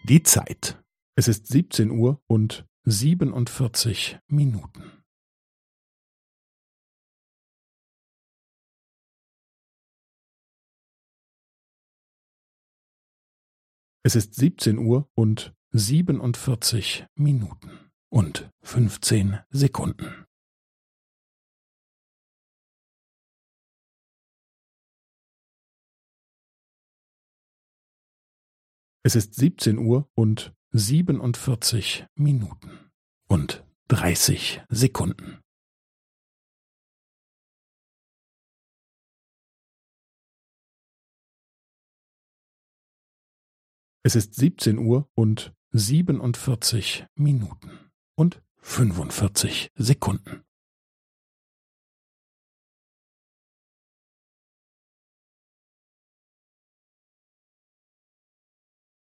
Die Zeit. Es ist 17:47 Minuten. Es ist 17:47 Minuten und 15 Sekunden. Es ist 17:47 Minuten und 30 Sekunden. Es ist 17:47 Minuten und 45 Sekunden.